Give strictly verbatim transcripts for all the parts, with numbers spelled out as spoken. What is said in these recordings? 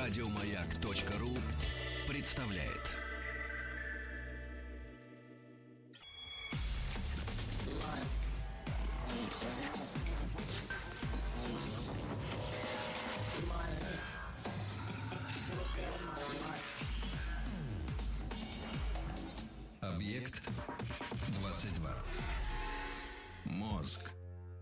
Радиомаяк.ру представляет. Объект двадцать два. Мозг.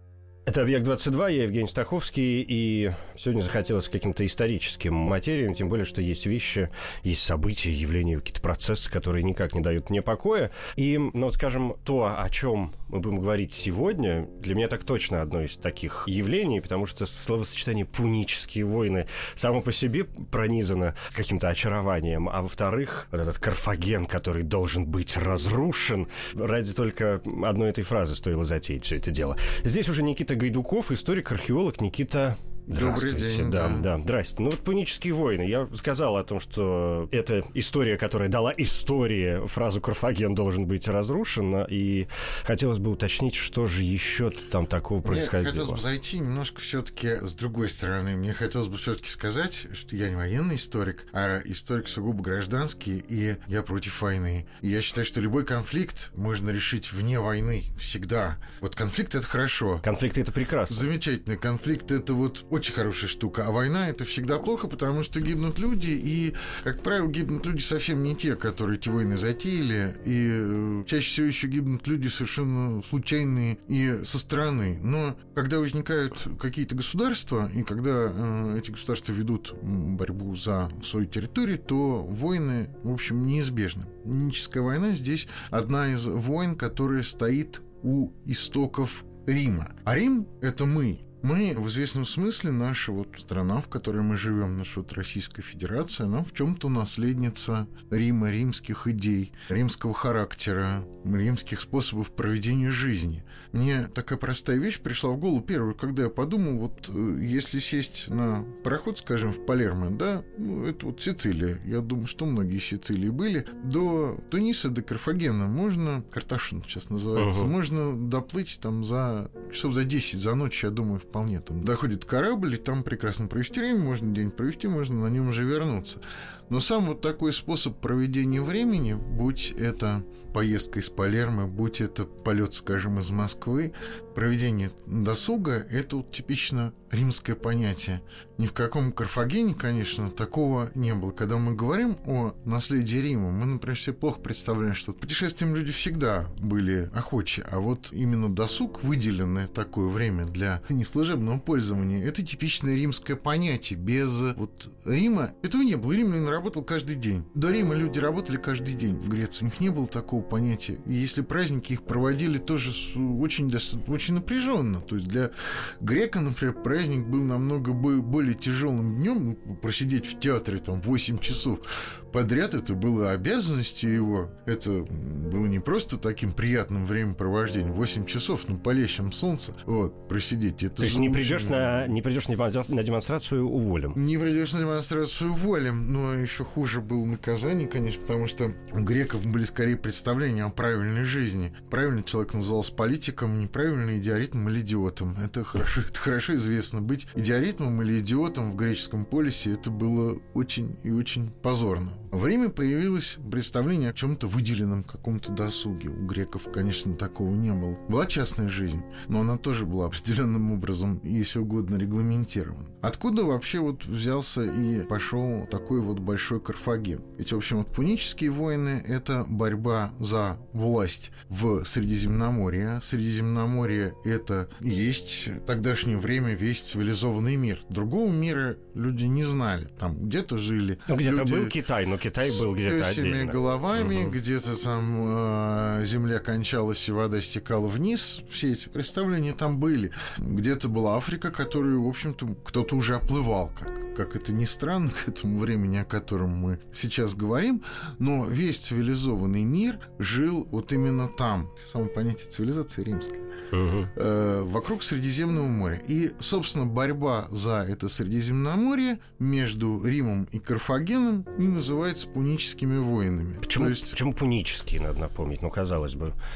Это «Объект-двадцать два», я Евгений Стаховский, и сегодня захотелось к каким-то историческим материям, тем более, что есть вещи, есть события, явления, какие-то процессы, которые никак не дают мне покоя. И, ну, вот, скажем, то, о чем мы будем говорить сегодня, для меня так точно одно из таких явлений, потому что словосочетание «пунические войны» само по себе пронизано каким-то очарованием, а во-вторых, вот этот Карфаген, который должен быть разрушен, ради только одной этой фразы стоило затеять все это дело. Здесь уже Никита Гайдуков, историк, археолог. Никита, здравствуйте. Добрый день. Да, да, да, здрасте. Ну вот «Пунические войны». Я сказал о том, что это история, которая дала истории фразу «Карфаген должен быть разрушен», и хотелось бы уточнить, что же еще там такого происходило. Мне хотелось бы зайти немножко все-таки с другой стороны. Мне хотелось бы все-таки сказать, что я не военный историк, а историк сугубо гражданский, и я против войны. И я считаю, что любой конфликт можно решить вне войны всегда. Вот конфликт — это хорошо. Конфликты — это прекрасно. Замечательно. Конфликт — это вот очень хорошая штука. А война — это всегда плохо, потому что гибнут люди, и, как правило, гибнут люди совсем не те, которые эти войны затеяли, и э, чаще всего еще гибнут люди совершенно случайные и со стороны. Но когда возникают какие-то государства, и когда э, эти государства ведут борьбу за свою территорию, то войны, в общем, неизбежны. Пуническая война здесь одна из войн, которая стоит у истоков Рима. А Рим — это мы. Мы, в известном смысле, наша вот страна, в которой мы живем, наша вот Российская Федерация, она в чем-то наследница Рима, римских идей, римского характера, римских способов проведения жизни. Мне такая простая вещь пришла в голову первую, когда я подумал, вот если сесть на пароход, скажем, в Палермо, да, ну, это вот Сицилия, я думаю, что многие Сицилии были, до Туниса, до Карфагена можно, Карташин сейчас называется, uh-huh. можно доплыть там за часов за десять, за ночь, я думаю, вполне там доходит корабль, и там прекрасно провести время, можно день провести, можно на нем уже вернуться. Но сам вот такой способ проведения времени, будь это поездка из Палермо, будь это полет, скажем, из Москвы, проведение досуга, это вот типично римское понятие. Ни в каком Карфагене, конечно, такого не было. Когда мы говорим о наследии Рима, мы, например, себе плохо представляем, что путешествием люди всегда были охочи, а вот именно досуг, выделенное такое время для неслужебного пользования, это типичное римское понятие. Без вот Рима этого не было. Римлян работал каждый день. До Рима люди работали каждый день в Греции. У них не было такого понятия. И если праздники их проводили тоже очень, очень напряженно. То есть для грека, например, праздник был намного более тяжелым днем. Просидеть в театре там восемь часов подряд — это было обязанностью его. Это было не просто таким приятным времяпровождением. восемь часов на палящем солнце вот, просидеть. Это То есть не придешь, на, не придешь на демонстрацию — уволим? Не придешь на демонстрацию — уволим. Но еще хуже было наказание, конечно, потому что у греков были скорее представления о правильной жизни. Правильный человек назывался политиком, неправильный — идиоритмом или идиотом. Это хорошо, это хорошо известно. Быть идиоритмом или идиотом в греческом полисе — это было очень и очень позорно. В Риме появилось представление о чем-то выделенном, каком-то досуге. У греков, конечно, такого не было. Была частная жизнь, но она тоже была определенным образом, если угодно, регламентирована. Откуда вообще вот взялся и пошел такой вот большой Карфаген? Ведь, в общем, вот пунические войны — это борьба за власть в Средиземноморье. Средиземноморье — это есть в тогдашнее время весь цивилизованный мир. Другого мира люди не знали. Там где-то жили. Ну, где-то люди... был Китай, но Китай был где-то отдельно. С головами, угу. где-то там э, земля кончалась и вода стекала вниз. Все эти представления там были. Где-то была Африка, которую, в общем-то, кто-то уже оплывал, как, как это ни странно, к этому времени, о котором мы сейчас говорим. Но весь цивилизованный мир жил вот именно там. Само понятие цивилизации римской. Угу. Э, вокруг Средиземного моря. И, собственно, борьба за это Средиземноморье между Римом и Карфагеном и называется пуническими войнами. Почему, То есть... почему пунические, надо напомнить? Ну, казалось бы.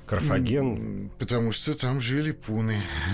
Карфаген. Потому что там жили пуны.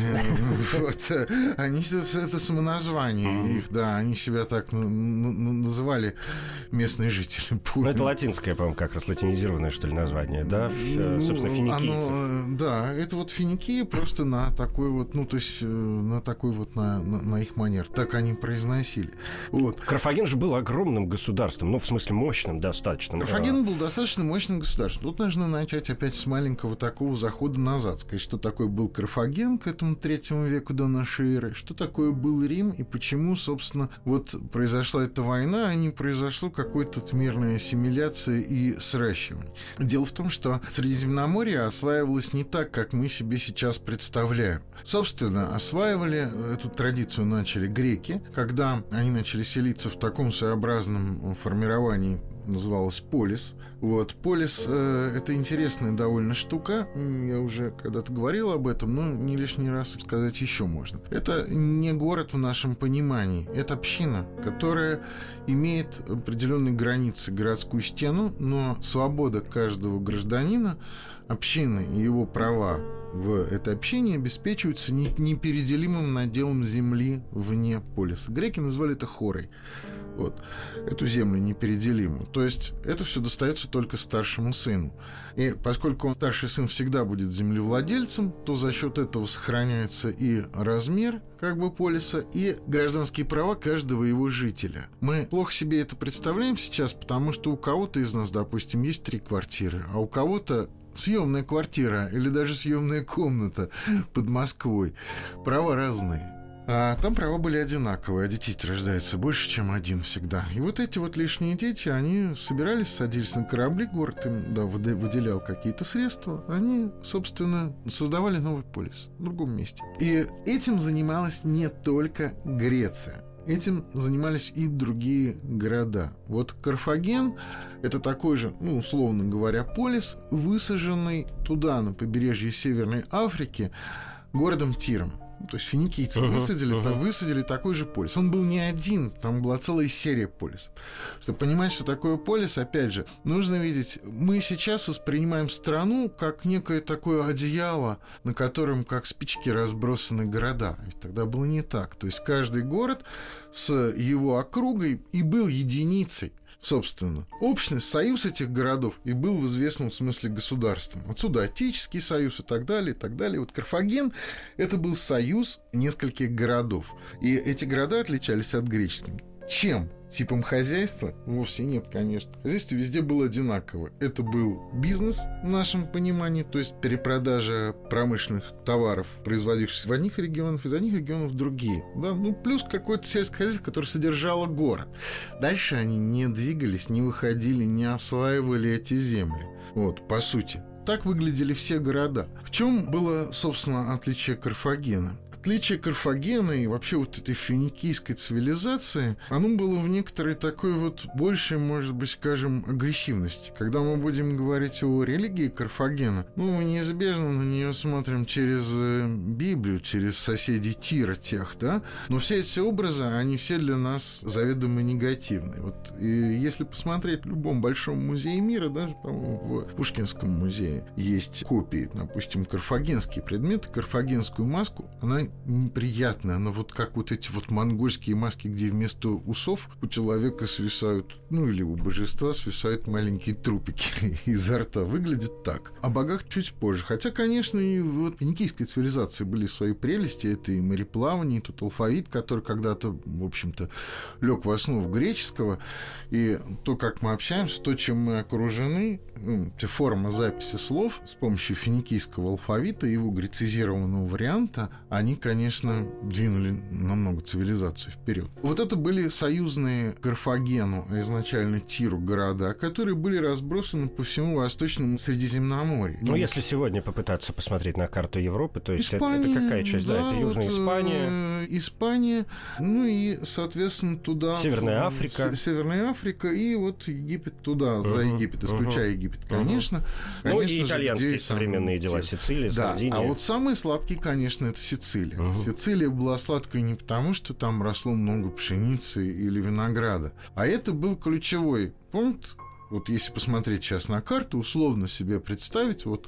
Они, это самоназвание их, да, они себя так называли, местные жители. Ну, это латинское, по-моему, как раз латинизированное, что ли, название, да? Собственно, финикийцев. Да, это вот финикии просто на такой вот, ну, то есть на такой вот, на их манер. Так они произносили. Карфаген же был огромным государством, ну, в смысле, мощным достаточно. Карфаген был достаточно мощным государством. Тут нужно начать опять с маленького такого захода назад, сказать, что такое был Карфаген к этому третьему веку до нашей эры, что такое был Рим и почему, собственно, вот произошла эта война, а не произошло какой-то мирной ассимиляции и сращивания. Дело в том, что Средиземноморье осваивалось не так, как мы себе сейчас представляем. Собственно, осваивали эту традицию начали греки, когда они начали селиться в таком своеобразном формировании, называлось полис. Вот. Полис э, — это интересная довольно штука. Я уже когда-то говорил об этом, но не лишний раз сказать еще можно. Это не город в нашем понимании. Это община, которая имеет определенные границы, городскую стену, но свобода каждого гражданина, общины и его права в этой общине обеспечиваются непеределимым наделом земли вне полиса. Греки называли это хорой. Вот. Эту землю непеределимую. То есть это все достается только старшему сыну. И поскольку он, старший сын всегда будет землевладельцем, то за счет этого сохраняется и размер как бы полиса, и гражданские права каждого его жителя. Мы плохо себе это представляем сейчас, потому что у кого-то из нас, допустим, есть три квартиры, а у кого-то съемная квартира или даже съемная комната под Москвой. Права разные. А там права были одинаковые, а детей рождается больше, чем один всегда. И вот эти вот лишние дети, они собирались, садились на корабли, город им, да, выделял какие-то средства, они, собственно, создавали новый полис в другом месте. И этим занималась не только Греция. Этим занимались и другие города. Вот Карфаген — это такой же, ну, условно говоря, полис, высаженный туда, на побережье Северной Африки, городом Тиром. То есть финикийцы uh-huh, высадили, uh-huh. та, высадили такой же полис. Он был не один, там была целая серия полисов. Чтобы понимать, что такое полис, опять же, нужно видеть, мы сейчас воспринимаем страну как некое такое одеяло, на котором как спички разбросаны города. Ведь тогда было не так. То есть каждый город с его округой и был единицей. Собственно, общность, союз этих городов и был в известном смысле государством. Отсюда Отеческий союз и так далее, и так далее. Вот Карфаген — это был союз нескольких городов. И эти города отличались от греческих. Чем? Типом хозяйства? Вовсе нет, конечно. Хозяйство везде было одинаково. Это был бизнес в нашем понимании, то есть перепродажа промышленных товаров, производившихся в одних регионах, из одних регионов в другие. Да? Ну, плюс какое-то сельское хозяйство, которое содержало город. Дальше они не двигались, не выходили, не осваивали эти земли. Вот, по сути. Так выглядели все города. В чем было, собственно, отличие Карфагена? Отличие Карфагена и вообще вот этой финикийской цивилизации, оно было в некоторой такой вот большей, может быть, скажем, агрессивности. Когда мы будем говорить о религии Карфагена, ну, мы неизбежно на нее смотрим через Библию, через соседей Тира тех, да, но все эти образы, они все для нас заведомо негативные. Вот, и если посмотреть в любом большом музее мира, даже, по-моему, в Пушкинском музее есть копии, допустим, карфагенские предметы, карфагенскую маску, она неприятная, она вот как вот эти вот монгольские маски, где вместо усов у человека свисают, ну или у божества свисают маленькие трупики изо рта. Выглядит так. О богах чуть позже. Хотя, конечно, и вот в финикийской цивилизации были свои прелести. Это и мореплавание, и тот алфавит, который когда-то, в общем-то, лег в основу греческого. И то, как мы общаемся, то, чем мы окружены, ну, форма записи слов с помощью финикийского алфавита, его грецизированного варианта, они, конечно, двинули намного цивилизацию вперед. Вот это были союзные Карфагену, а изначально Тиру города, которые были разбросаны по всему Восточному Средиземноморью. Ну, если сегодня попытаться посмотреть на карту Европы, то есть Испания, это, это какая часть? Да, да, это Южная вот, Испания. Э, Испания, ну и, соответственно, туда... Северная в, Африка. Северная Африка и вот Египет туда, uh-huh, за Египет, исключая uh-huh. Египет, конечно. Uh-huh. конечно ну и итальянские же, современные дела, Сицилия, да, Сардиния. А вот самые сладкие, конечно, это Сицилия. Uh-huh. Сицилия была сладкой не потому, что там росло много пшеницы или винограда, а это был ключевой пункт. Вот если посмотреть сейчас на карту, условно себе представить, вот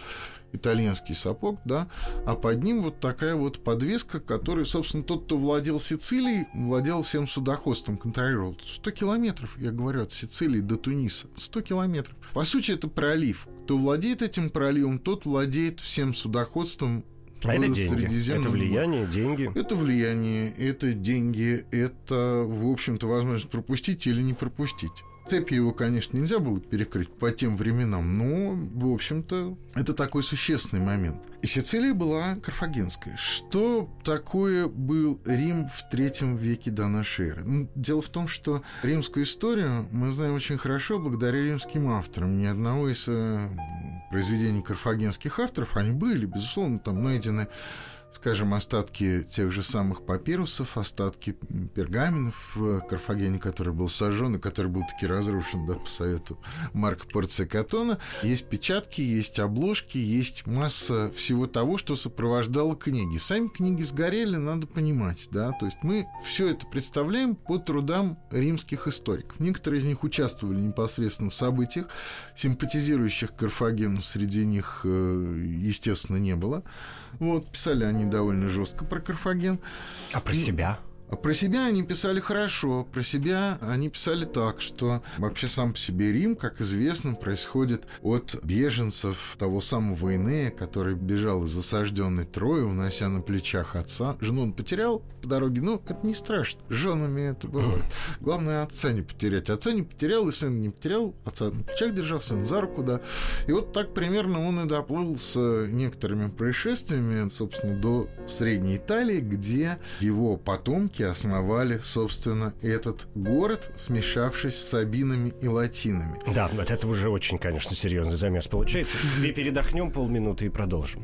итальянский сапог, да, а под ним вот такая вот подвеска, которой, собственно, тот, кто владел Сицилией, владел всем судоходством, контролировал. сто километров, я говорю, от Сицилии до Туниса. сто километров. По сути, это пролив. Кто владеет этим проливом, тот владеет всем судоходством. А это деньги, это влияние, деньги. Это влияние, это деньги, это, в общем-то, возможность пропустить или не пропустить. Цепи его, конечно, нельзя было перекрыть по тем временам, но, в общем-то, это такой существенный момент. И Сицилия была карфагенская. Что такое был Рим в третьем веке до нашей эры? Ну, дело в том, что римскую историю мы знаем очень хорошо благодаря римским авторам. Ни одного из э, произведений карфагенских авторов, они были, безусловно, там найдены, скажем, остатки тех же самых папирусов, остатки пергаменов в Карфагене, который был сожжен и который был таки разрушен, да, по совету Марка Порция Катона. Есть печатки, есть обложки, есть масса всего того, что сопровождало книги. Сами книги сгорели, надо понимать, да, то есть мы все это представляем по трудам римских историков. Некоторые из них участвовали непосредственно в событиях, симпатизирующих Карфагену среди них, естественно, не было. Вот, писали они довольно жестко про Карфаген. А про себя? А про себя они писали хорошо. Про себя они писали так, что вообще сам по себе Рим, как известно, происходит от беженцев того самого Энея, который бежал из осажденной Трои, унося на плечах отца. Жену он потерял по дороге, ну, это не страшно. С женами это бывает. Главное, отца не потерять. Отца не потерял, и сына не потерял. Отца на плечах держал, сын за руку, да. И вот так примерно он и доплыл с некоторыми происшествиями, собственно, до Средней Италии, где его потомки основали, собственно, этот город, смешавшись с сабинами и латинами. Да, вот это уже очень, конечно, серьезный замес получается. Передохнем полминуты и продолжим.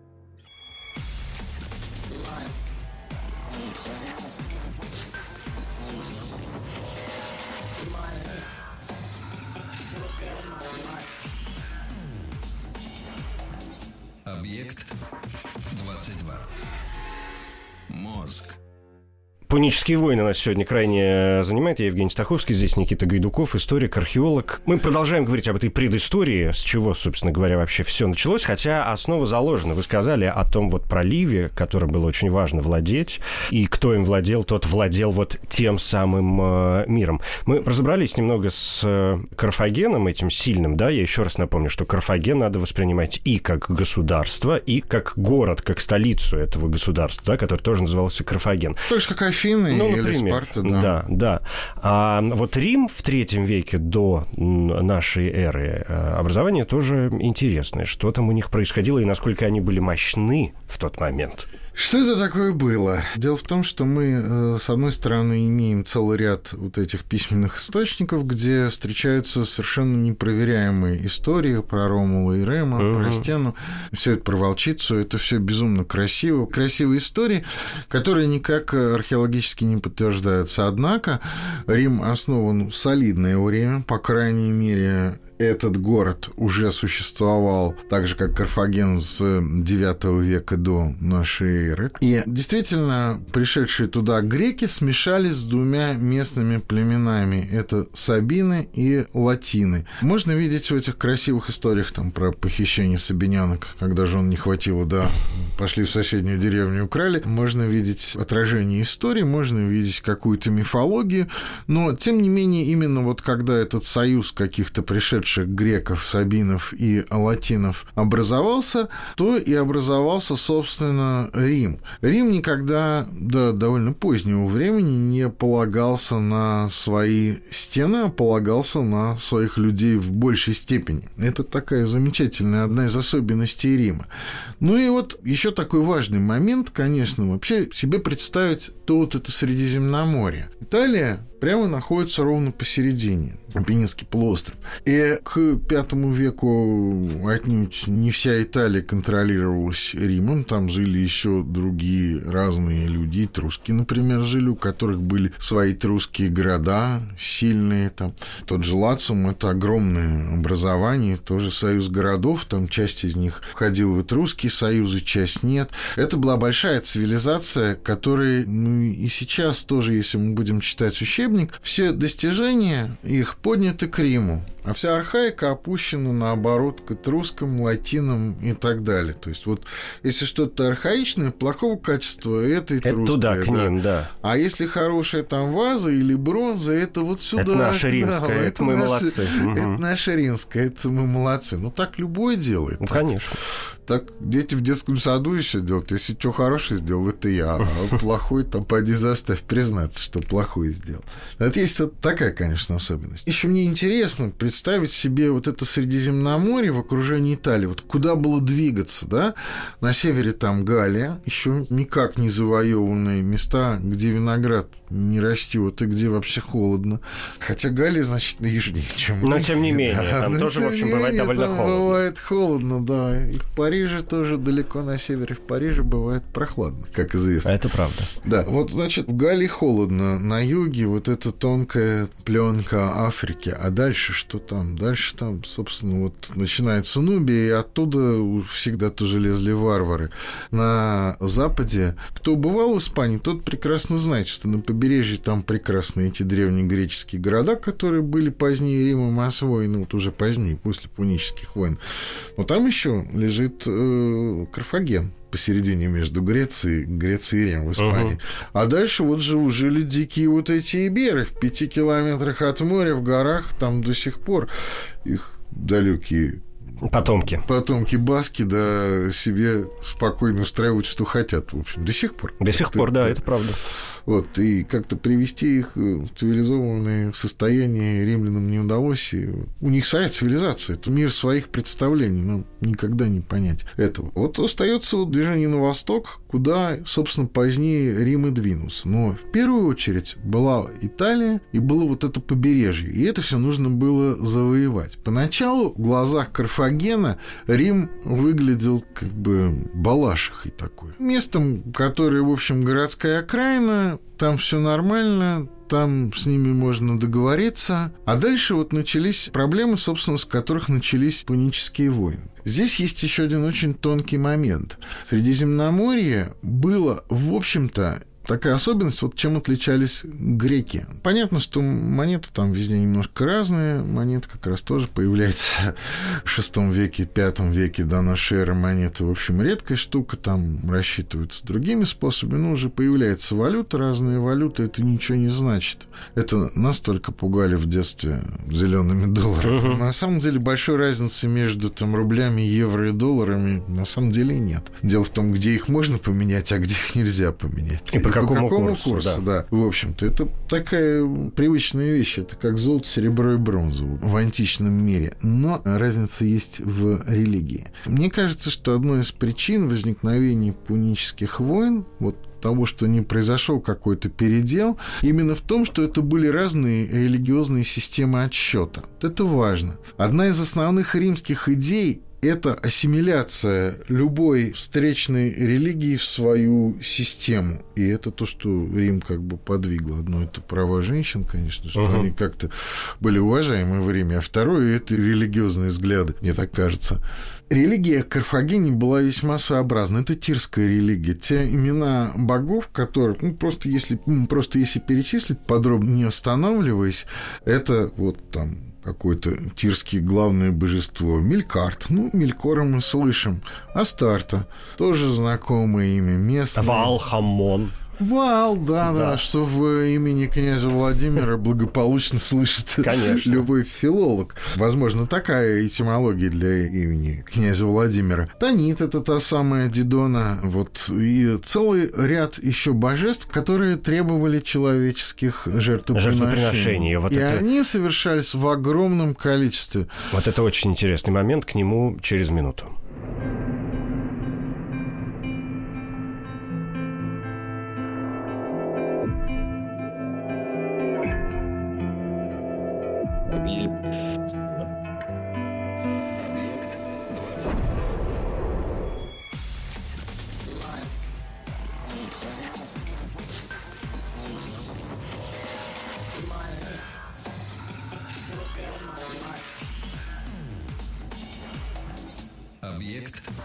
Объект двадцать два. Мозг. Пунические войны нас сегодня крайне занимают. Я Евгений Стаховский, здесь Никита Гайдуков, историк, археолог. Мы продолжаем говорить об этой предыстории, с чего, собственно говоря, вообще все началось, хотя основа заложена. Вы сказали о том вот проливе, которым было очень важно владеть, и кто им владел, тот владел вот тем самым э, миром. Мы разобрались немного с э, Карфагеном, этим сильным, да, я еще раз напомню, что Карфаген надо воспринимать и как государство, и как город, как столицу этого государства, да, который тоже назывался Карфаген. Так же, как Афины, ну, или Спарта, да. Да, да. А вот Рим в третьем веке до нашей эры, образование тоже интересное. Что там у них происходило и насколько они были мощны в тот момент? Что это такое было? Дело в том, что мы, с одной стороны, имеем целый ряд вот этих письменных источников, где встречаются совершенно непроверяемые истории про Ромула и Рема, uh-huh. про Стену, все это про волчицу, это все безумно красиво. Красивые истории, которые никак археологически не подтверждаются. Однако Рим основан в солидное время, по крайней мере, этот город уже существовал так же, как Карфаген с девятого века до нашей эры. И действительно, пришедшие туда греки смешались с двумя местными племенами. Это сабины и латины. Можно видеть в этих красивых историях там, про похищение сабинянок, когда жен не хватило, да, пошли в соседнюю деревню, украли. Можно видеть отражение истории, можно видеть какую-то мифологию. Но, тем не менее, именно вот когда этот союз каких-то пришедших греков, сабинов и латинов образовался, то и образовался, собственно, Рим. Рим никогда до довольно позднего времени не полагался на свои стены, а полагался на своих людей в большей степени. Это такая замечательная одна из особенностей Рима. Ну и вот еще такой важный момент, конечно, вообще себе представить то вот это Средиземноморье. Италия прямо находится ровно посередине, Апеннинский полуостров. И к пятому веку отнюдь не вся Италия контролировалась Римом, там жили еще другие разные люди, этруски, например, жили, у которых были свои этрусские города, сильные там. Тот же Лациум — это огромное образование, тоже союз городов, там часть из них входила в этрусские союзы, часть нет. Это была большая цивилизация, которая, ну и сейчас тоже, если мы будем читать учебники, волшебник, все достижения их подняты к Риму, а вся архаика опущена, наоборот, к этрускам, латинам и так далее. То есть вот если что-то архаичное, плохого качества, это этрусское. Это туда, к да. ним, да. А если хорошая там ваза или бронза, это вот сюда. Это наша римская, да, это, это мы наша, молодцы. Это угу. наша римская, это мы молодцы. Ну так любой делает. Ну, так. конечно. Так дети в детском саду еще делают. Если что хорошее сделал, это я. А плохой, там поди заставь признаться, что плохое сделал. Это есть вот такая, конечно, особенность. Еще мне интересно представить себе вот это Средиземноморье в окружении Италии. Вот куда было двигаться, да? На севере там Галлия, еще никак не завоеванные места, где виноград не растет и где вообще холодно. Хотя Галлия значительно южнее, чем... Но тем не менее, да, там тоже, в общем, бывает довольно там холодно. Бывает холодно, да. И в Париже тоже далеко на севере. В Париже бывает прохладно, как известно. Это правда. Да, вот, значит, в Галлии холодно, на юге вот эта тонкая пленка Африки. А дальше что там? Дальше там, собственно, вот начинается Нубия, и оттуда всегда тоже лезли варвары. На западе, кто бывал в Испании, тот прекрасно знает, что на побережье там прекрасные эти древнегреческие города, которые были позднее Римом освоены, вот уже позднее, после пунических войн. Но там еще лежит э, Карфаген посередине между Грецией, Грецией и Римом в Испании. Uh-huh. А дальше вот же жили дикие вот эти иберы в пяти километрах от моря, в горах, там до сих пор их далекие Потомки. Потомки баски, да, себе спокойно устраивают, что хотят, в общем, до сих пор. До сих пор, да, это правда. Вот, и как-то привести их в цивилизованное состояние римлянам не удалось. И у них своя цивилизация, это мир своих представлений, ну, никогда не понять этого. Вот остается вот движение на восток, куда, собственно, позднее Рим и двинулся. Но в первую очередь была Италия и было вот это побережье, и это все нужно было завоевать. Поначалу в глазах Карфагена Рим выглядел как бы балашихой такой. Местом, которое, в общем, городская окраина, там все нормально, там с ними можно договориться. А дальше вот начались проблемы, собственно, с которых начались пунические войны. Здесь есть еще один очень тонкий момент. Средиземноморье было, в общем-то, такая особенность, вот чем отличались греки. Понятно, что монеты там везде немножко разные. Монеты как раз тоже появляются в шестом веке, пятом веке до нашей эры. Монеты, в общем, редкая штука. Там рассчитываются другими способами. Но уже появляется валюта, разные валюты. Это ничего не значит. Это нас только пугали в детстве зелеными долларами. Uh-huh. На самом деле большой разницы между там, рублями, евро и долларами на самом деле нет. Дело в том, где их можно поменять, а где их нельзя поменять. И по какому, по какому курсу, курсу, да. да. В общем-то, это такая привычная вещь. Это как золото, серебро и бронза в античном мире. Но разница есть в религии. Мне кажется, что одной из причин возникновения пунических войн, вот того, что не произошел какой-то передел, именно в том, что это были разные религиозные системы отсчета. Это важно. Одна из основных римских идей — это ассимиляция любой встречной религии в свою систему. И это то, что Рим как бы подвигло. Одно — это права женщин, конечно, что uh-huh. они как-то были уважаемы в Риме. А второе — это религиозные взгляды, мне так кажется. Религия Карфагена была весьма своеобразна. Это тирская религия. Те имена богов, которых, ну, просто если, просто если перечислить, подробно не останавливаясь, это вот там какое-то тирское главное божество. Мелькарт. Ну, Мелькора мы слышим. Астарта. Тоже знакомое имя. Местное. Валхамон. Вал, да, да, да, что в имени князя Владимира благополучно слышит Конечно. любой филолог. Возможно, такая этимология для имени князя Владимира. Танит — это та самая Дидона, вот, и целый ряд еще божеств, которые требовали человеческих жертвоприношений. Жертвоприношений. Вот и это... они совершались в огромном количестве. Вот это очень интересный момент, к нему через минуту. Объект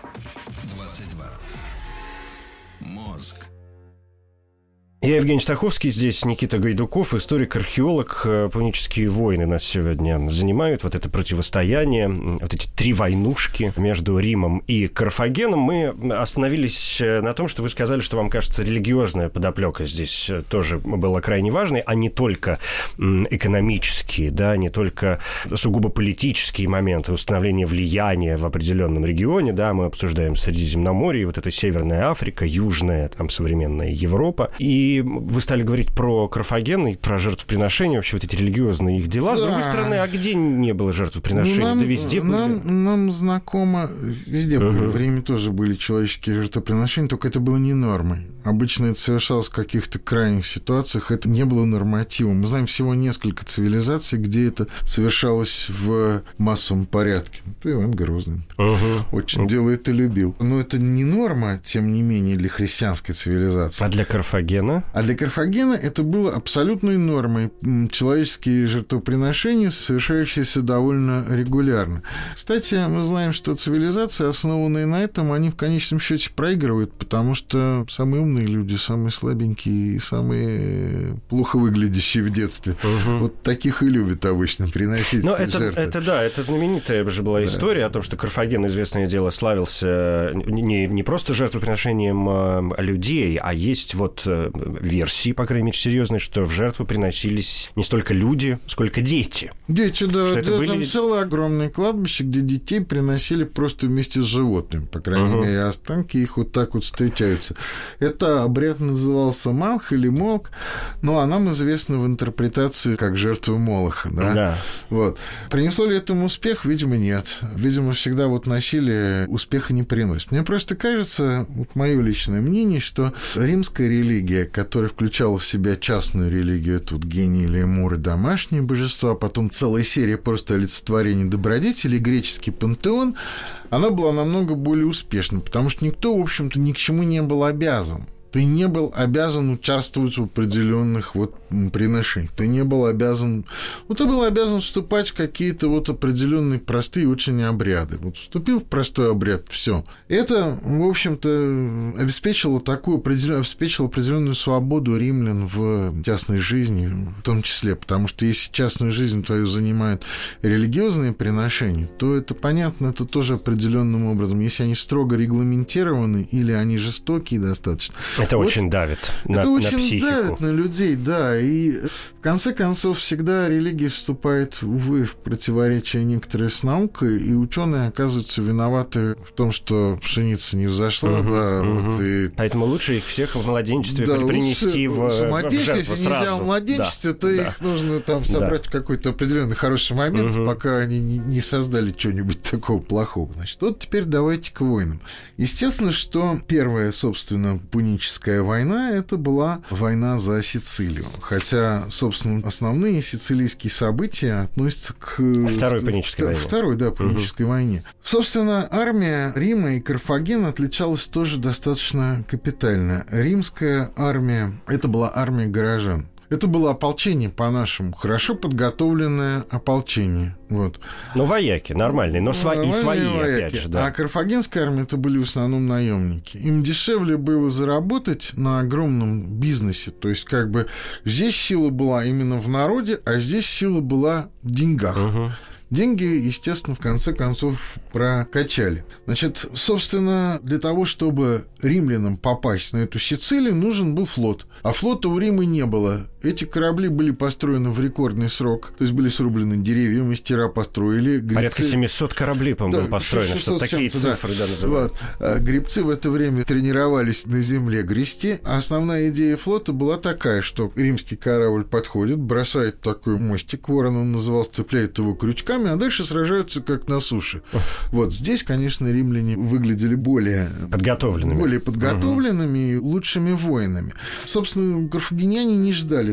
Я Евгений Стаховский, здесь Никита Гайдуков, историк-археолог. Пунические войны нас сегодня занимают. Вот это противостояние, вот эти три войнушки между Римом и Карфагеном. Мы остановились на том, что вы сказали, что вам кажется, религиозная подоплека здесь тоже была крайне важной, а не только экономические, да, не только сугубо политические моменты установления влияния в определенном регионе. Да, мы обсуждаем Средиземноморье, вот это Северная Африка, Южная, там, современная Европа. И вы стали говорить про Карфаген и про жертвоприношения, вообще вот эти религиозные их дела. Да. С другой стороны, а где не было жертвоприношений? Нам, да везде нам, были. Нам знакомо, везде uh-huh. были. В Риме тоже были человеческие жертвоприношения, только это было не нормой. Обычно это совершалось в каких-то крайних ситуациях, это не было нормативом. Мы знаем всего несколько цивилизаций, где это совершалось в массовом порядке. Иван Грозный uh-huh. очень uh-huh. дело это любил. Но это не норма, тем не менее, для христианской цивилизации. А для Карфагена? А для Карфагена это было абсолютной нормой. Человеческие жертвоприношения, совершающиеся довольно регулярно. Кстати, мы знаем, что цивилизации, основанные на этом, они в конечном счете проигрывают, потому что самые умные люди, самые слабенькие и самые плохо выглядящие в детстве. Угу. Вот таких и любят обычно приносить Но это, жертвы. Это да, это знаменитая же была история да. о том, что Карфаген, известное дело, славился не, не просто жертвоприношением людей, а есть вот версии, по крайней мере, серьезные, что в жертву приносились не столько люди, сколько дети. Дети, да. Что да это были... Там целое огромное кладбище, где детей приносили просто вместе с животными. По крайней uh-huh. мере, останки их вот так вот встречаются. Это обряд назывался Малх или Молк, но а нам известно в интерпретации как жертва Молоха. Да? Да. Вот. Принесло ли этому успех? Видимо, нет. Видимо, всегда вот насилие успеха не приносит. Мне просто кажется, вот мое личное мнение, что римская религия, которая включала в себя частную религию, тут гений, лемур и домашние божества, а потом целая серия просто олицетворений добродетелей, греческий пантеон, она была намного более успешной, потому что никто, в общем-то, ни к чему не был обязан. Ты не был обязан участвовать в определенных вот приношениях. Ты не был обязан... Ну, ты был обязан вступать в какие-то вот определенные простые очень обряды. Вот вступил в простой обряд, все. Это, в общем-то, обеспечило такую определенную, обеспечило определенную свободу римлян в частной жизни, в том числе, потому что если частную жизнь твою занимают религиозные приношения, то это понятно, это тоже определенным образом. Если они строго регламентированы или они жестокие достаточно. Это вот, очень давит на, это на очень психику. давит на людей, да. И в конце концов всегда религия вступает, увы, в противоречие некоторые с наукой, и ученые оказываются виноваты в том, что пшеница не взошла. Угу, да, угу. Вот, и... Поэтому лучше их всех в младенчестве да, принести в, в младенчестве. Если нельзя сразу. В младенчестве, да, то да. их нужно там собрать да. в какой-то определенный хороший момент, угу. пока они не создали чего-нибудь такого плохого. Значит, вот теперь давайте к войнам. Естественно, что первая, собственно, пуническая война, это была война за Сицилию. Хотя, собственно, основные сицилийские события относятся к... Второй пунической войне. Второй, да, пунической угу. войне. Собственно, армия Рима и Карфагена отличалась тоже достаточно капитально. Римская армия, это была армия горожан. Это было ополчение, по-нашему, хорошо подготовленное ополчение. Вот. Ну, вояки, нормальные, но свои, и свои, вояки. Опять же, да. А карфагенская армия, это были в основном наемники. Им дешевле было заработать на огромном бизнесе. То есть, как бы, здесь сила была именно в народе, а здесь сила была в деньгах. Угу. Деньги, естественно, в конце концов прокачали. Значит, собственно, для того, чтобы римлянам попасть на эту Сицилию, нужен был флот. А флота у Рима не было. Эти корабли были построены в рекордный срок. То есть были срублены деревья, мастера построили. Гребцы... Порядка семьсот кораблей, по-моему, да, было построено. Что такие цифры, да, называют. Вот. А гребцы в это время тренировались на земле грести. А основная идея флота была такая, что римский корабль подходит, бросает такой мостик, ворон он назывался, цепляет его крючками, а дальше сражаются как на суше. Вот здесь, конечно, римляне выглядели более подготовленными, более подготовленными угу. и лучшими воинами. Собственно, карфагеняне не ждали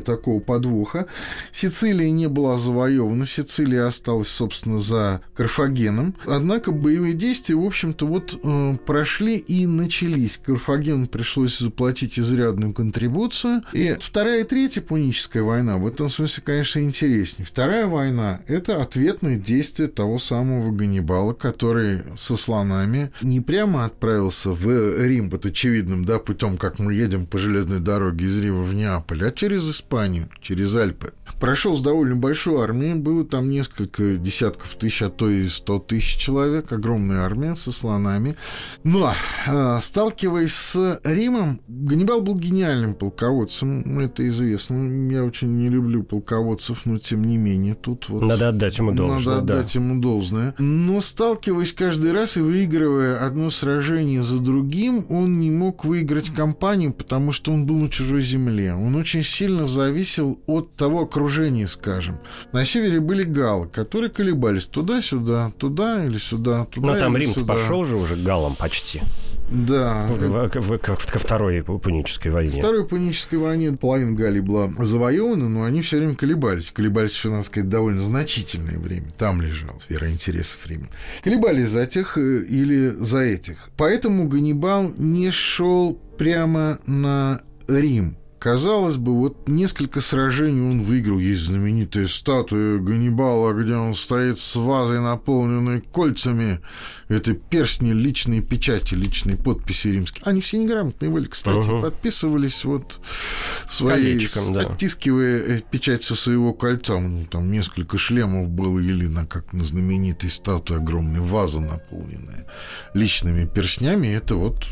такого подвоха. Сицилия не была завоевана, Сицилия осталась, собственно, за Карфагеном. Однако боевые действия, в общем-то, вот э, прошли и начались. Карфагену пришлось заплатить изрядную контрибуцию. И Вторая и Третья Пуническая война в этом смысле, конечно, интереснее. Вторая война – это ответное действие того самого Ганнибала, который со слонами не прямо отправился в Рим под очевидным, да, путем, как мы едем по железной дороге из Рима в Неаполь, а через Испанию, через Альпы. Прошел с довольно большой армией, было там несколько десятков тысяч, а то и сто тысяч человек, огромная армия со слонами. Но, сталкиваясь с Римом, Ганнибал был гениальным полководцем, это известно. Я очень не люблю полководцев, но тем не менее тут вот... Надо отдать ему должное. Надо отдать да. ему должное. Но, сталкиваясь каждый раз и выигрывая одно сражение за другим, он не мог выиграть кампанию, потому что он был на чужой земле. Он очень сильно зависел от того окружения, скажем. На севере были галлы, которые колебались туда-сюда, туда или сюда, туда Но там или Рим сюда. Пошел же уже галлам почти. Да. Ко Второй Пунической войне. Второй Пунической войне половина Галлии была завоевана, но они все время колебались. Колебались еще, надо сказать, довольно значительное время. Там лежала сфера интересов Рима. Колебались за тех или за этих. Поэтому Ганнибал не шел прямо на Рим. Казалось бы, вот несколько сражений он выиграл. Есть знаменитая статуя Ганнибала, где он стоит с вазой, наполненной кольцами. Это перстни, личные печати, личные подписи римские. Они все неграмотные были, кстати. Угу. Подписывались вот своей, колечком, да. оттискивая печать со своего кольца. Ну, там несколько шлемов было, или на, как на знаменитой статуе огромная ваза, наполненная личными перстнями. Это вот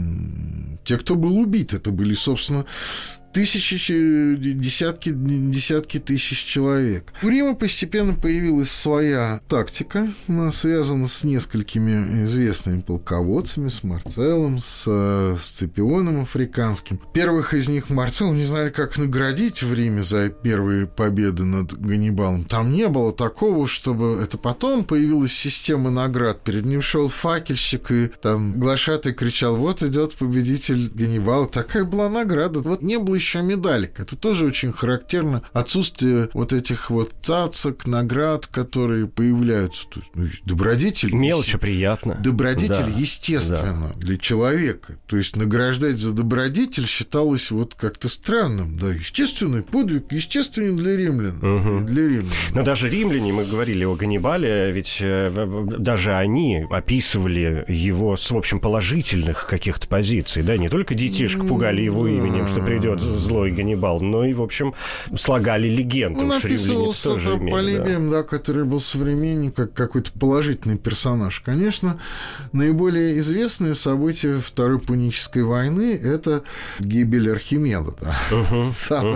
м- те, кто был убит. Это были, собственно, тысячи, десятки, десятки тысяч человек. У Рима постепенно появилась своя тактика, она связана с несколькими известными полководцами, с Марцеллом, с Сципионом Африканским. Первых из них Марцелл не знали, как наградить в Риме за первые победы над Ганнибалом. Там не было такого, чтобы это потом появилась система наград. Перед ним шел факельщик, и там глашатай кричал: вот идет победитель Ганнибала. Такая была награда. Вот не было еще медалек. Это тоже очень характерно. Отсутствие вот этих вот цацок, наград, которые появляются. То есть, ну, добродетель... Мелочи приятно. Добродетель, да. естественно, да. для человека. То есть награждать за добродетель считалось вот как-то странным. Да, естественный подвиг, естественный для римлян. Угу. Для римлян. Но даже римляне, мы говорили о Ганнибале, ведь даже они описывали его с, в общем, положительных каких-то позиций. Да, не только детишек пугали его именем, что придет злой Ганнибал, но и, в общем, слагали легенды. Он описывался там Полибием, да. да, который был современник, как какой-то положительный персонаж. Конечно, наиболее известные события Второй Пунической войны — это гибель Архимеда. Да. Uh-huh,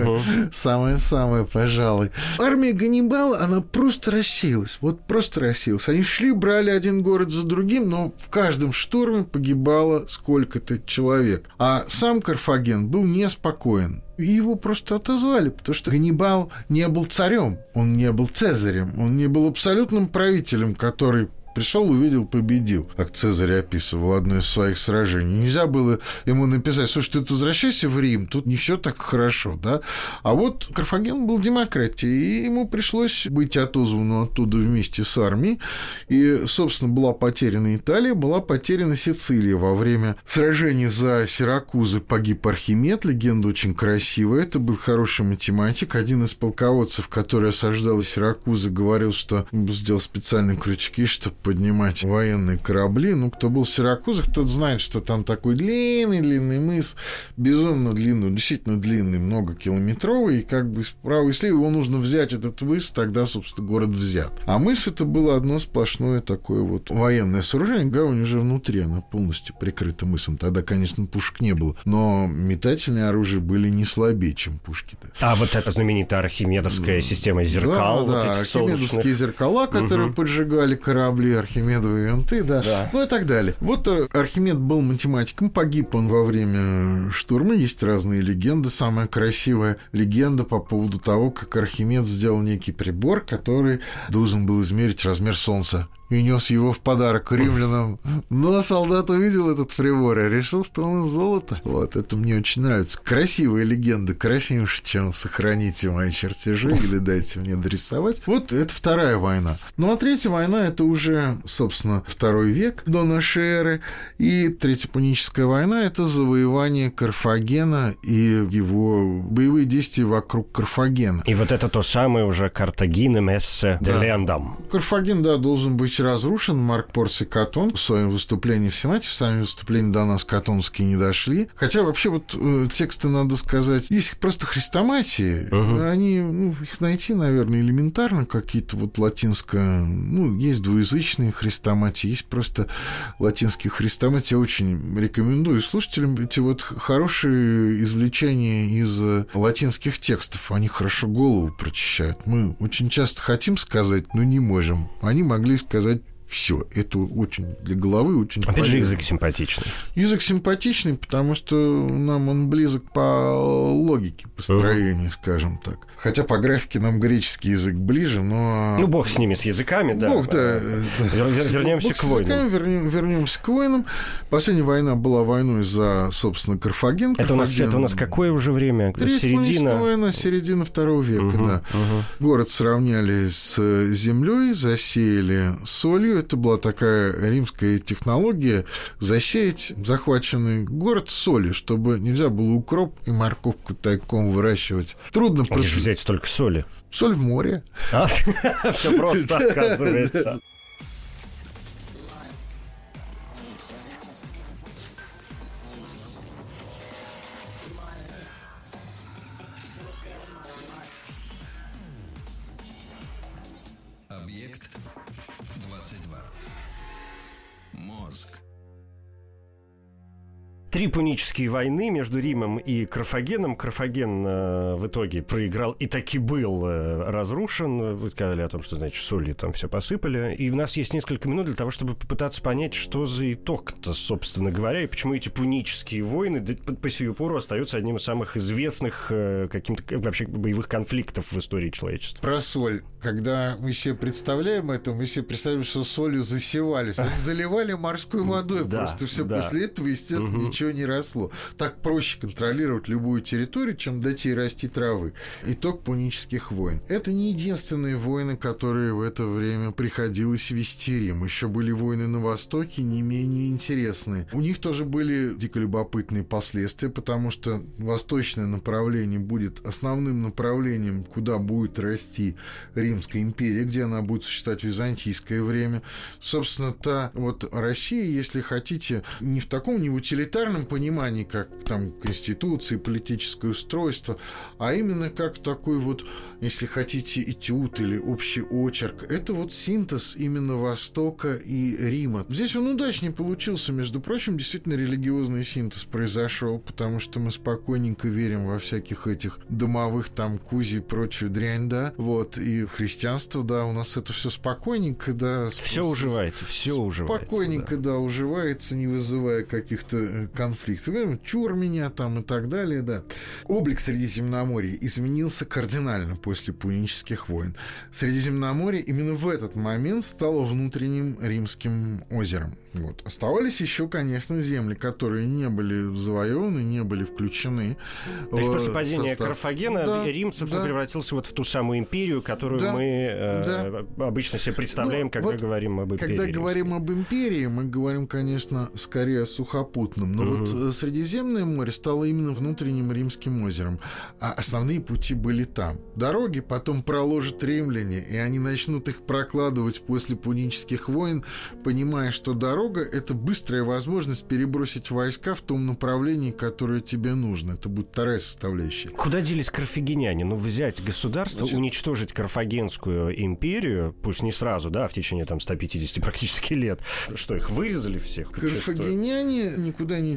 Самое-самое, uh-huh. пожалуй. Армия Ганнибала, она просто рассеялась. Вот просто рассеялась. Они шли, брали один город за другим, но в каждом штурме погибало сколько-то человек. А сам Карфаген был неспокоен. И его просто отозвали, потому что Ганнибал не был царем, он не был цезарем, он не был абсолютным правителем, который пришел, увидел, победил, как Цезарь описывал одно из своих сражений. Нельзя было ему написать: слушай, ты возвращайся в Рим, тут не все так хорошо, да? А вот Карфаген был демократией, и ему пришлось быть отозванным оттуда вместе с армией. И, собственно, была потеряна Италия, была потеряна Сицилия. Во время сражения за Сиракузы погиб Архимед, легенда очень красивая. Это был хороший математик. Один из полководцев, который осаждал Сиракузы, говорил, что сделал специальные крючки, чтобы поднимать военные корабли. Ну, кто был в Сиракузах, тот знает, что там такой длинный-длинный мыс, безумно длинный, действительно длинный, многокилометровый, и как бы справа и слева его нужно взять, этот мыс, тогда, собственно, город взят. А мыс — это было одно сплошное такое вот военное сооружение, гавань уже внутри, она полностью прикрыта мысом. Тогда, конечно, пушек не было, но метательные оружия были не слабее, чем пушки-то. А вот эта знаменитая архимедовская система зеркал, да, вот да, архимедовские зеркала, которые угу. поджигали корабли, Архимедовые винты, да. да, ну и так далее. Вот Архимед был математиком, погиб он во время штурма. Есть разные легенды. Самая красивая легенда по поводу того, как Архимед сделал некий прибор, который должен был измерить размер Солнца. и нес его в подарок римлянам. Но солдат увидел этот прибор и решил, что он из золота. Вот, это мне очень нравится. Красивая легенда, красивее, чем сохраните мои чертежи или дайте мне дорисовать. Вот это вторая война. Ну, а третья война — это уже, собственно, второй век до нашей эры. И Третья Пуническая война — это завоевание Карфагена и его боевые действия вокруг Карфагена. И вот это то самое уже Картагина Мессе де Лендам. Карфаген, да, должен быть разрушен. Марк Порций Катон в своем выступлении в Сенате, в сами выступления до нас катоновские не дошли. Хотя вообще вот э, тексты, надо сказать, есть просто хрестоматии. Угу. Они, ну, их найти, наверное, элементарно, какие-то вот латинско... Ну, есть двуязычные хрестоматии, есть просто латинские хрестоматии. Я очень рекомендую слушателям эти вот хорошие извлечения из латинских текстов. Они хорошо голову прочищают. Мы очень часто хотим сказать, но не можем. Они могли сказать все. Это очень для головы очень Опять полезно. же, язык симпатичный. Язык симпатичный, потому что нам он близок по логике построения, uh-huh. скажем так. Хотя по графике нам греческий язык ближе, но... Ну, бог с ними, с языками, да. Бог, да. Вер- вер- вернемся к войнам. Вернем, вернемся к войнам. Последняя война была войной за, собственно, Карфаген. Это у нас, это у нас какое уже время? Середина... война, середина второго века, uh-huh, да. Uh-huh. Город сравняли с землей, засеяли солью. Это была такая римская технология — засеять захваченный город солью, чтобы нельзя было укроп и морковку тайком выращивать. Трудно просто... Где же взять столько соли? Соль в море. Все просто, оказывается. Объект двадцать два. Мозг. Три пунические войны между Римом и Карфагеном. Карфаген э, в итоге проиграл и таки был э, разрушен. Вы сказали о том, что, значит, солью там все посыпали. И у нас есть несколько минут для того, чтобы попытаться понять, что за итог-то, собственно говоря, и почему эти пунические войны по, по сию пору остаются одним из самых известных э, каким-то вообще боевых конфликтов в истории человечества. Про соль. Когда мы себе представляем это, мы себе представляем, что солью засевались. Они заливали морской водой. Да, просто все да. После этого, естественно, угу. ничего не росло. Так проще контролировать любую территорию, чем дать ей расти травы. Итог пунических войн. Это не единственные войны, которые в это время приходилось вести Рим. Еще были войны на Востоке, не менее интересные. У них тоже были дико любопытные последствия, потому что восточное направление будет основным направлением, куда будет расти Римская империя, где она будет существовать в византийское время. Собственно, та вот Россия, если хотите, не в таком не в утилитарном понимании, как там конституция, политическое устройство, а именно как такой вот, если хотите, этюд или общий очерк. Это вот синтез именно Востока и Рима. Здесь он удачнее получился, между прочим, действительно религиозный синтез произошел, потому что мы спокойненько верим во всяких этих домовых там кузи и прочую дрянь, да, вот, и христианство, да, у нас это все спокойненько, да. Все уживается, все уживается. Спокойненько, да. да, уживается, не вызывая каких-то конфликтов. Чур меня там и так далее, да. Облик Средиземноморья изменился кардинально после пунических войн. Средиземноморье именно в этот момент стало внутренним римским озером. Вот. Оставались еще, конечно, земли, которые не были завоеваны, не были включены. То есть после падения состав. Карфагена да, Рим, собственно, да. превратился вот в ту самую империю, которую да, мы э, да. обычно себе представляем, ну, когда вот говорим об империи. Когда говорим об империи, мы говорим, конечно, скорее о сухопутном. Но угу. вот Средиземное море стало именно внутренним римским озером. А основные пути были там. Дороги потом проложат римляне, и они начнут их прокладывать после пунических войн, понимая, что дорога — это быстрая возможность перебросить войска в том направлении, которое тебе нужно. Это будет вторая составляющая. Куда делись карфагеняне? Ну, взять государство, Значит... уничтожить Карфагенскую империю, пусть не сразу, да, в течение там сто пятьдесят практически лет. Что, их вырезали всех? Карфагеняне никуда не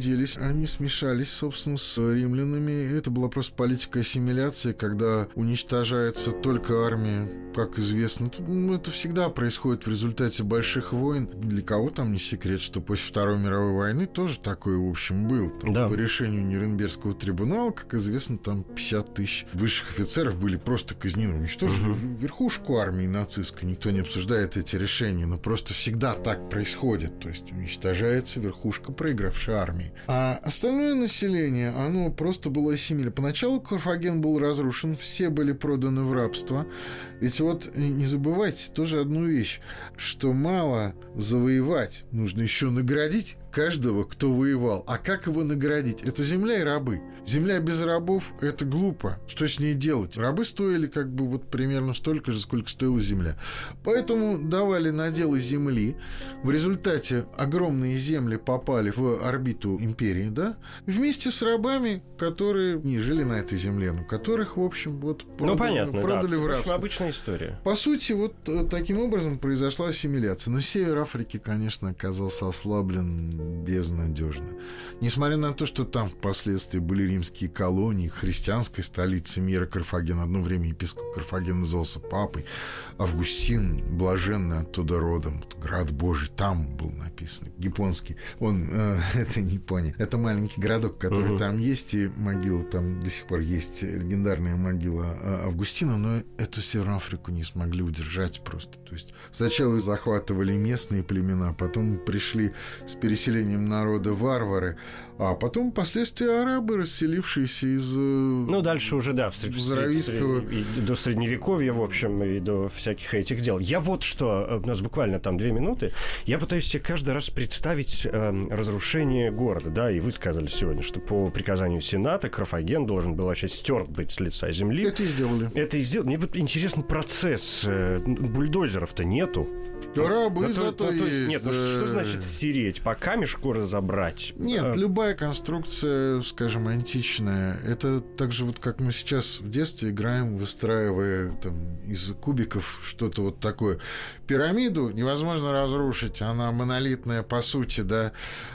делись. Они смешались, собственно, с римлянами. Это была просто политика ассимиляции, когда уничтожается только армия, как известно. Ну, это всегда происходит в результате больших войн. Для кого там не секрет, что после Второй мировой войны тоже такое, в общем, был. Да. По решению Нюрнбергского трибунала, как известно, там пятьдесят тысяч высших офицеров были просто казнены. Уничтожили угу. верхушку армии нацистской. Никто не обсуждает эти решения, но просто всегда так происходит. То есть уничтожается верхушка проигравшей армии. А остальное население, оно просто было ассимилировано. Поначалу Карфаген был разрушен, все были проданы в рабство. Ведь вот не забывайте тоже одну вещь, что мало завоевать, нужно еще наградить каждого, кто воевал. А как его наградить? Это земля и рабы. Земля без рабов – это глупо. Что с ней делать? Рабы стоили как бы вот примерно столько же, сколько стоила земля. Поэтому давали наделы земли. В результате огромные земли попали в орбиту империи, да? Вместе с рабами, которые не жили на этой земле, но которых, в общем, вот продали, ну, понятно, продали да. в рабство. В общем, обычная история. По сути, вот таким образом произошла ассимиляция. Но север Африки, конечно, оказался ослаблен безнадежно. Несмотря на то, что там впоследствии были римские колонии, христианской столицы мира Карфаген, одно время епископ Карфаген назывался папой, Августин, блаженный оттуда родом, град Божий, там был написан, японский, он, э, это не Япония, это маленький городок, который uh-huh. там есть, и могила там до сих пор есть, легендарная могила Августина, но эту Северную Африку не смогли удержать просто. То есть сначала захватывали местные племена, потом пришли с переселением народа варвары, а потом впоследствии арабы, расселившиеся из... Ну, дальше уже, да, в сред... Заровийского... и до Средневековья, в общем, и до всяких этих дел. Я вот что, у нас буквально там две минуты, я пытаюсь себе каждый раз представить э, разрушение города, да, и вы сказали сегодня, что по приказанию Сената Карфаген должен был вообще стерт быть с лица земли. Это и сделали. Это и сделали. Мне вот интересен процесс. Бульдозеров-то нету. Да, рабы ну, зато то, ну, то есть, есть. Нет, ну что значит стереть? По камешку разобрать? Нет, а... любая конструкция, скажем, античная, это так же вот, как мы сейчас в детстве играем, выстраивая там из кубиков что-то вот такое. Пирамиду невозможно разрушить, она монолитная по сути, да.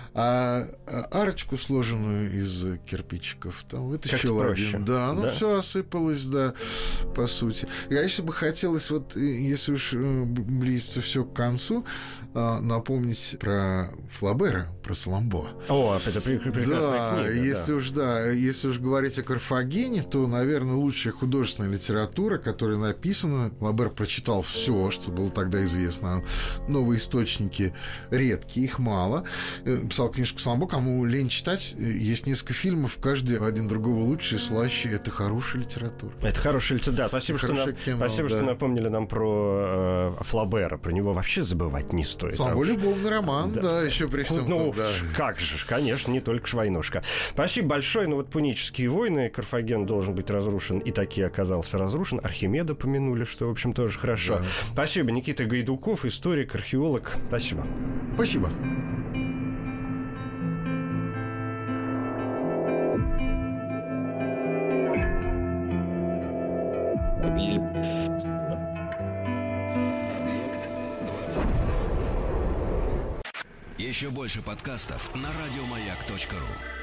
А арочку, сложенную из кирпичиков, там вытащил один. Да, ну да? Все осыпалось, да, по сути. Конечно, бы хотелось, вот, если уж близится все к концу, напомнить про Флабера, про Саламбо. О, это прекрасная да, книга. Если да. уж, да, если уж говорить о Карфагене, то, наверное, лучшая художественная литература, которая написана. Флабер прочитал все, что было тогда известно. Новые источники редкие, их мало. Писал книжку Саламбо, кому лень читать, есть несколько фильмов, каждый один другого лучше и слаще. Это хорошая литература. Это хорошая литература, да. Спасибо, что, на... кино, Спасибо да. что напомнили нам про э, Флабера. Про него вообще забывать не стоит. Саламбо любовный роман, да, да еще при всем ну, да. как же, конечно, не только Швайнушка. Спасибо большое. Ну вот пунические войны, Карфаген должен быть разрушен, и таки оказался разрушен. Архимеда помянули, что, в общем, тоже хорошо. Да. Спасибо. Никита Гайдуков, историк, археолог. Спасибо. Спасибо. Еще больше подкастов на радиомаяк точка ру.